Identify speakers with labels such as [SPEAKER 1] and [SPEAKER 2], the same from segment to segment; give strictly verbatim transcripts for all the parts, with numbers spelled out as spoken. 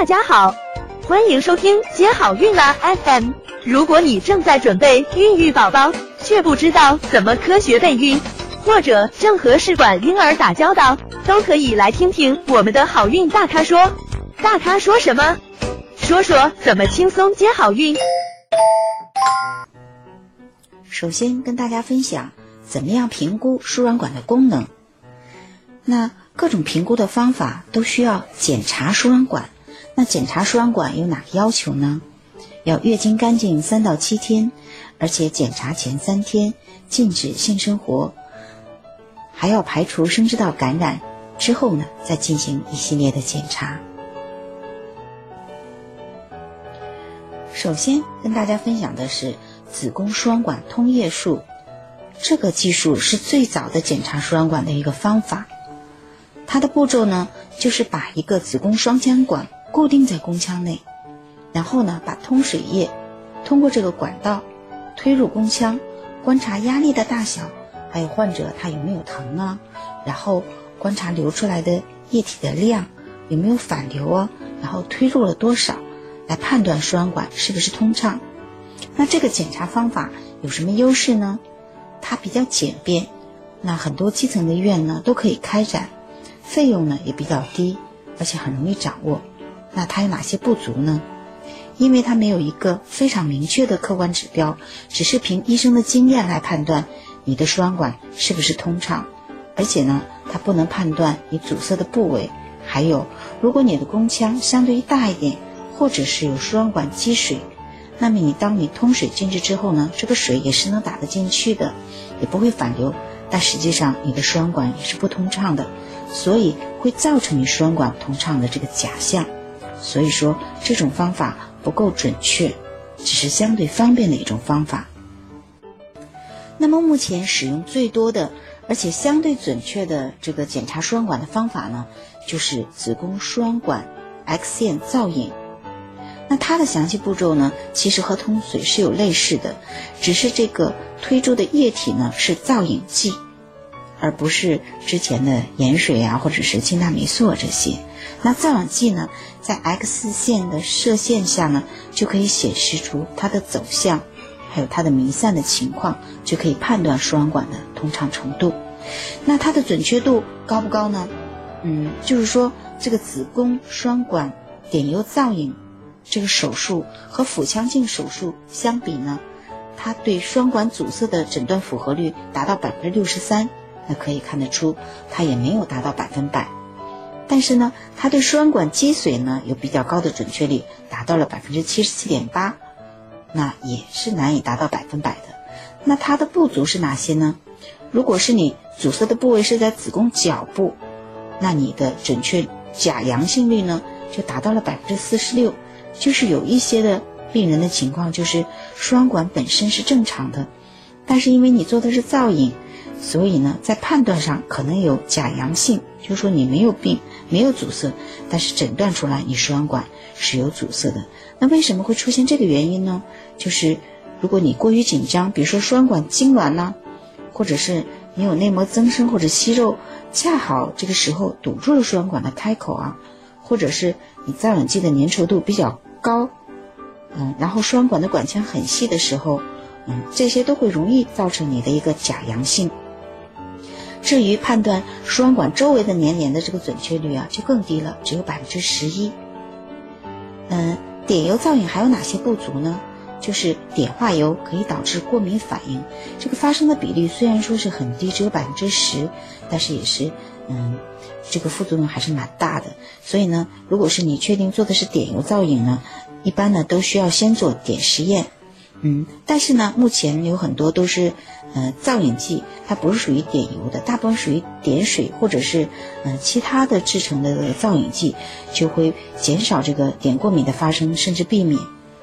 [SPEAKER 1] 大家好，欢迎收听接好运啦 F M。如果你正在准备孕育宝宝，却不知道怎么科学备孕，或者正和试管婴儿打交道，都可以来听听我们的好运大咖说。大咖说什么？说说怎么轻松接好运。
[SPEAKER 2] 首先跟大家分享怎么样评估输卵管的功能。那各种评估的方法都需要检查输卵管。那检查输卵管有哪个要求呢？要月经干净三到七天，而且检查前三天禁止性生活，还要排除生殖道感染，之后呢再进行一系列的检查。首先跟大家分享的是子宫输卵管通液术，这个技术是最早的检查输卵管的一个方法。它的步骤呢，就是把一个子宫双腔管固定在宫腔内，然后呢把通水液通过这个管道推入宫腔，观察压力的大小，还有患者他有没有疼啊，然后观察流出来的液体的量有没有反流啊，然后推入了多少，来判断输卵管是不是通畅。那这个检查方法有什么优势呢？它比较简便，那很多基层的医院呢都可以开展，费用呢也比较低，而且很容易掌握。那它有哪些不足呢？因为它没有一个非常明确的客观指标，只是凭医生的经验来判断你的输卵管是不是通畅，而且呢它不能判断你阻塞的部位，还有如果你的宫腔相对于大一点，或者是有输卵管积水，那么你当你通水进去之后呢，这个水也是能打得进去的，也不会反流，但实际上你的输卵管也是不通畅的，所以会造成你输卵管通畅的这个假象。所以说这种方法不够准确，只是相对方便的一种方法。那么目前使用最多的而且相对准确的这个检查输卵管的方法呢，就是子宫输卵管 X 线造影。那它的详细步骤呢，其实和通水是有类似的，只是这个推出的液体呢是造影剂，而不是之前的盐水啊或者是氢大霉素这些。那造影剂呢，在 X 线的射线下呢，就可以显示出它的走向，还有它的弥散的情况，就可以判断输卵管的通畅程度。那它的准确度高不高呢？嗯，就是说这个子宫输卵管点油造影这个手术和腹腔镜手术相比呢，它对输卵管阻塞的诊断符合率达到百分之六十三，那可以看得出它也没有达到百分百。但是呢，它对输卵管积水呢有比较高的准确率，达到了百分之七十七点八，那也是难以达到百分百的。那它的不足是哪些呢？如果是你阻塞的部位是在子宫角部，那你的准确假阳性率呢就达到了百分之四十六。就是有一些的病人的情况，就是输卵管本身是正常的，但是因为你做的是造影，所以呢在判断上可能有假阳性，就是说你没有病没有阻塞，但是诊断出来你输卵管是有阻塞的。那为什么会出现这个原因呢？就是如果你过于紧张，比如说输卵管痉挛呢，或者是你有内膜增生或者息肉，恰好这个时候堵住了输卵管的开口啊，或者是你造影剂的粘稠度比较高，嗯，然后输卵管的管腔很细的时候，嗯，这些都会容易造成你的一个假阳性。至于判断输卵管周围的粘连的这个准确率啊，就更低了，只有百分之十一。嗯，碘油造影还有哪些不足呢？就是碘化油可以导致过敏反应，这个发生的比例虽然说是很低，只有百分之十，但是也是嗯，这个副作用还是蛮大的。所以呢，如果是你确定做的是碘油造影呢，一般呢都需要先做碘实验。嗯，但是呢，目前有很多都是呃造影剂，它不是属于碘油的，大部分属于碘水或者是呃其他的制成的造影剂，就会减少这个碘过敏的发生，甚至避免。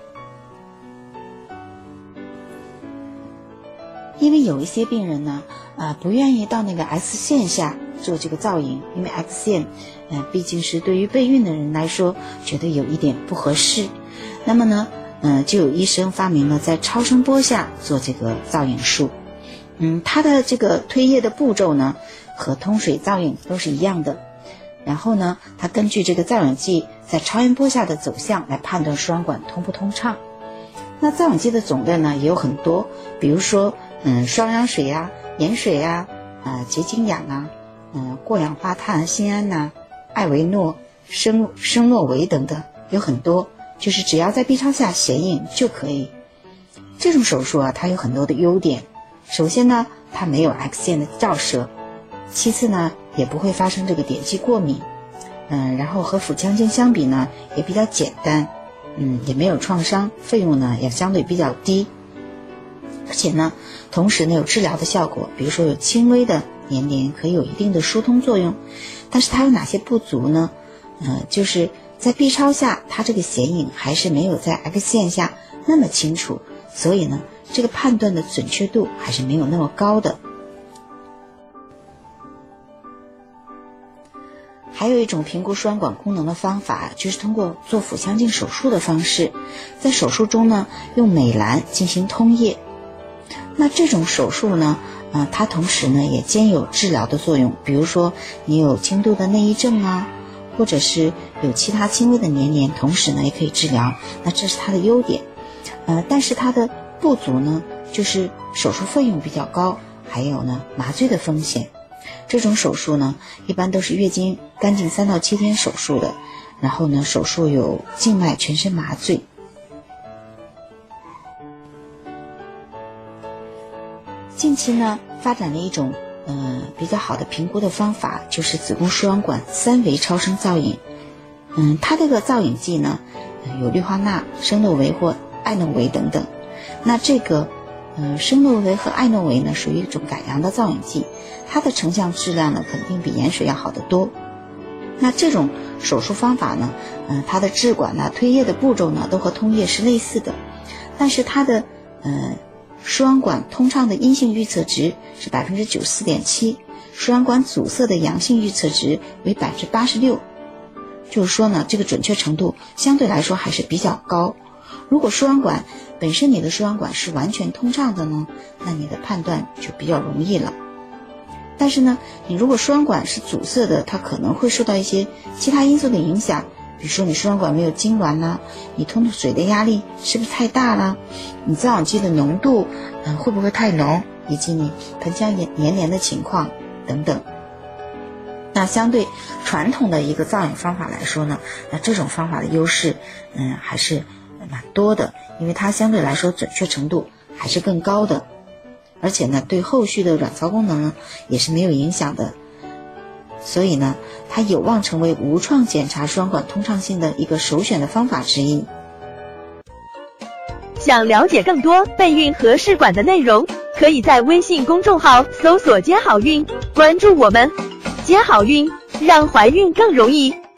[SPEAKER 2] 因为有一些病人呢，呃，不愿意到那个 X 线下做这个造影，因为 X 线，呃，毕竟是对于备孕的人来说，觉得有一点不合适。那么呢，呃，就有医生发明了在超声波下做这个造影术。嗯，它的这个推液的步骤呢，和通水造影都是一样的。然后呢，它根据这个造影剂在超音波下的走向来判断输卵管通不通畅。那造影剂的种类呢也有很多，比如说嗯双氧水呀、盐水呀、呃结晶氧啊、嗯、呃、过氧化碳锌胺呐、艾维诺、生生诺维等等，有很多，就是只要在 B 超下显影就可以。这种手术啊，它有很多的优点。首先呢，它没有 X 线的照射；其次呢，也不会发生这个点剂过敏。嗯，然后和腹腔镜相比呢，也比较简单，嗯，也没有创伤，费用呢也相对比较低。而且呢，同时呢有治疗的效果，比如说有轻微的粘连，可以有一定的疏通作用。但是它有哪些不足呢？呃，就是在 B 超下，它这个显影还是没有在 X 线下那么清楚，所以呢，这个判断的准确度还是没有那么高的。还有一种评估输卵管功能的方法，就是通过做腹腔镜手术的方式，在手术中呢，用美兰进行通液。那这种手术呢，呃，它同时呢也兼有治疗的作用，比如说你有轻度的内翳症啊，或者是有其他轻微的粘连，同时呢也可以治疗。那这是它的优点，呃，但是它的不足呢，就是手术费用比较高，还有呢麻醉的风险。这种手术呢，一般都是月经干净三到七天手术的，然后呢，手术有静脉全身麻醉。近期呢，发展了一种呃比较好的评估的方法，就是子宫输卵管三维超声造影。嗯，它这个造影剂呢，有氯化钠、生诺维或艾诺维等等。那这个呃，生诺维和艾诺维呢，属于一种改良的造影剂，它的成像质量呢，肯定比盐水要好得多。那这种手术方法呢，呃，它的置管呢、推液的步骤呢，都和通液是类似的，但是它的呃输卵管通畅的阴性预测值是 百分之九十四点七， 输卵管阻塞的阳性预测值为 百分之八十六， 就是说呢，这个准确程度相对来说还是比较高。如果输卵管本身你的输卵管是完全通畅的呢，那你的判断就比较容易了。但是呢，你如果输卵管是阻塞的，它可能会受到一些其他因素的影响，比如说你输卵管没有痉挛啦，你通水的压力是不是太大啦，你造影剂的浓度嗯会不会太浓，以及你盆腔粘连的情况等等。那相对传统的一个造影方法来说呢，那这种方法的优势嗯还是蛮多的，因为它相对来说准确程度还是更高的，而且呢对后续的卵巢功能呢也是没有影响的，所以呢它有望成为无创检查输卵管通畅性的一个首选的方法之一。
[SPEAKER 1] 想了解更多备孕和试管的内容，可以在微信公众号搜索接好运，关注我们，接好运，让怀孕更容易。